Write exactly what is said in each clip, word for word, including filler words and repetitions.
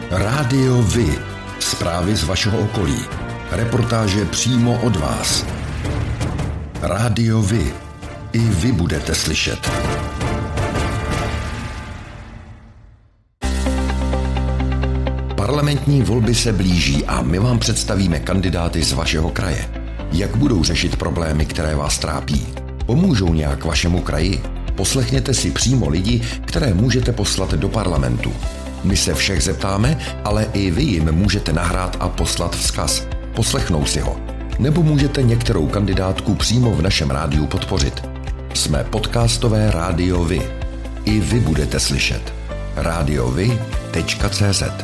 Rádio Vy. Zprávy z vašeho okolí. Reportáže přímo od vás. Rádio Vy. I vy budete slyšet. Parlamentní volby se blíží a my vám představíme kandidáty z vašeho kraje. Jak budou řešit problémy, které vás trápí? Pomůžou nějak vašemu kraji? Poslechněte si přímo lidi, které můžete poslat do parlamentu. My se všech zeptáme, ale i vy jim můžete nahrát a poslat vzkaz. Poslechnou si ho. Nebo můžete některou kandidátku přímo v našem rádiu podpořit. Jsme podcastové Rádio Vy. I vy budete slyšet. radiovy tečka cé zet.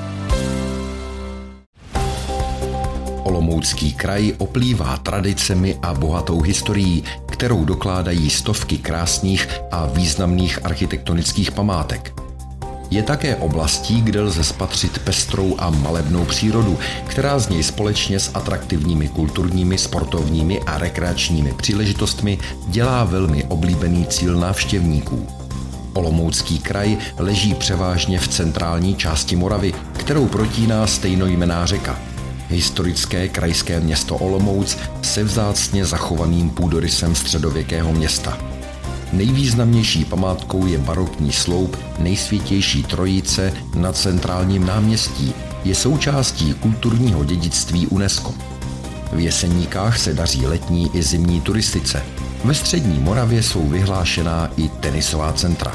Olomoucký kraj oplývá tradicemi a bohatou historií, kterou dokládají stovky krásných a významných architektonických památek. Je také oblastí, kde lze spatřit pestrou a malebnou přírodu, která z něj společně s atraktivními kulturními, sportovními a rekreačními příležitostmi dělá velmi oblíbený cíl návštěvníků. Olomoucký kraj leží převážně v centrální části Moravy, kterou protíná stejnojmenná řeka. Historické krajské město Olomouc se vzácně zachovaným půdorysem středověkého města. Nejvýznamnější památkou je barokní sloup Nejsvětější Trojice na centrálním náměstí. Je součástí kulturního dědictví UNESCO. V Jeseníkách se daří letní i zimní turistice. Ve střední Moravě jsou vyhlášená i tenisová centra.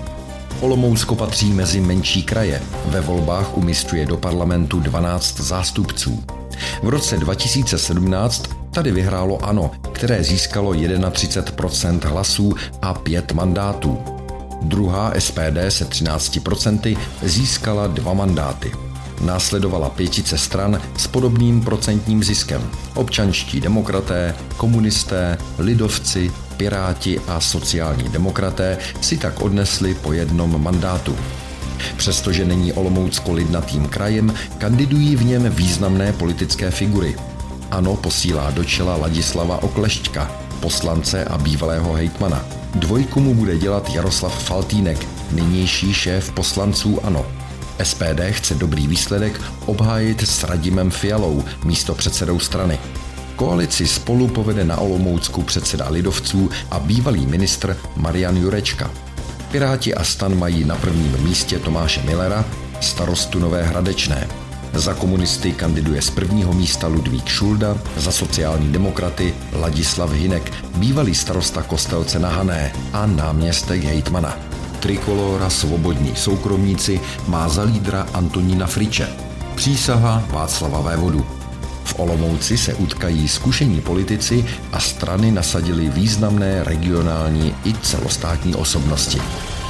Olomoucko patří mezi menší kraje. Ve volbách umisťuje do parlamentu dvanáct zástupců. V roce dva tisíce sedmnáct tady vyhrálo ANO, které získalo třicet jedna procent hlasů a pět mandátů. Druhá S P D se třinácti procenty získala dva mandáty. Následovala pětice stran s podobným procentním ziskem. Občanští demokraté, komunisté, lidovci, Piráti a sociální demokraté si tak odnesli po jednom mandátu. Přestože není Olomoucko lidnatým krajem, kandidují v něm významné politické figury. ANO posílá do čela Ladislava Oklešťka, poslance a bývalého hejtmana. Dvojku mu bude dělat Jaroslav Faltýnek, nynější šéf poslanců ANO. S P D chce dobrý výsledek obhájit s Radimem Fialou, místopředsedou strany. Koalici Spolu povede na Olomoucku předseda lidovců a bývalý ministr Marian Jurečka. Piráti a STAN mají na prvním místě Tomáše Millera, starostu Nové Hradečné. Za komunisty kandiduje z prvního místa Ludvík Šulda, za sociální demokraty Ladislav Hynek, bývalý starosta Kostelce na Hané a náměstek hejtmana. Trikolóra Svobodní soukromníci má za lídra Antonína Friče. Přísaha Václava Vévodu. V Olomouci se utkají zkušení politici a strany nasadily významné regionální i celostátní osobnosti.